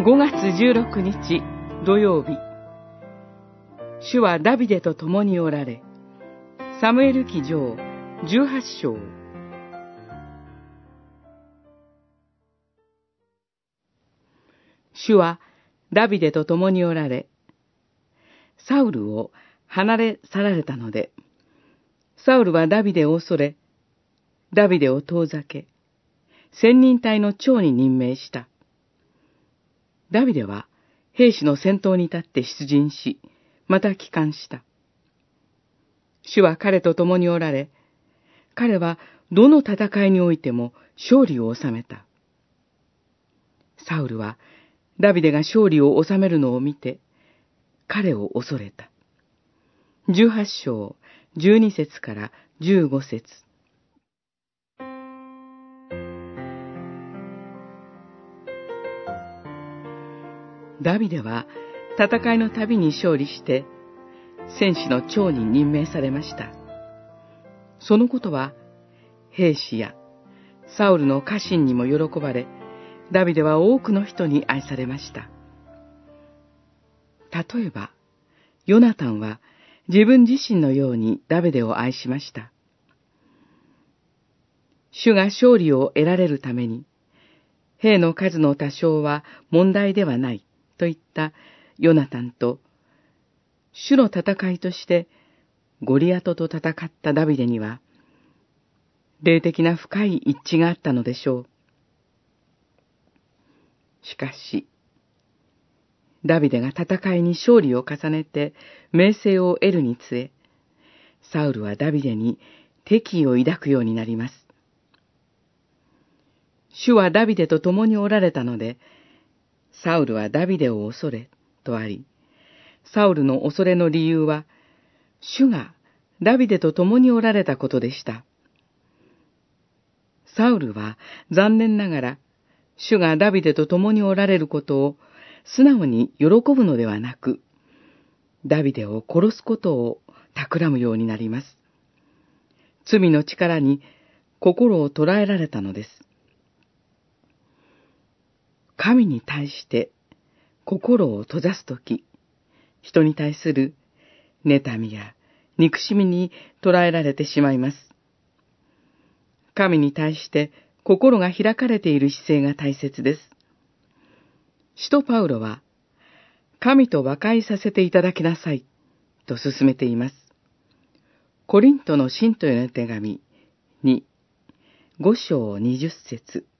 5月16日土曜日、主はダビデと共におられ。サムエル記上18章。主はダビデと共におられ、サウルを離れ去られたので、サウルはダビデを恐れ、ダビデを遠ざけ、千人隊の長に任命した。ダビデは兵士の先頭に立って出陣し、また帰還した。主は彼と共におられ、彼はどの戦いにおいても勝利を収めた。サウルはダビデが勝利を収めるのを見て、彼を恐れた。18章12節から15節。ダビデは戦いのたびに勝利して、戦士の長に任命されました。そのことは、兵士やサウルの家臣にも喜ばれ、ダビデは多くの人に愛されました。例えば、ヨナタンは自分自身のようにダビデを愛しました。主が勝利を得られるために、兵の数の多少は問題ではないといったヨナタンと、主の戦いとしてゴリアトと戦ったダビデには、霊的な深い一致があったのでしょう。しかし、ダビデが戦いに勝利を重ねて名声を得るにつれ、サウルはダビデに敵意を抱くようになります。主はダビデと共におられたので、サウルはダビデを恐れ、とあり、サウルの恐れの理由は、主がダビデと共におられたことでした。サウルは残念ながら、主がダビデと共におられることを素直に喜ぶのではなく、ダビデを殺すことを企むようになります。罪の力に心を捉えられたのです。神に対して心を閉ざすとき、人に対する妬みや憎しみに捉えられてしまいます。神に対して心が開かれている姿勢が大切です。使徒パウロは、神と和解させていただきなさい、と勧めています。コリントの信徒への手紙に、5章20節。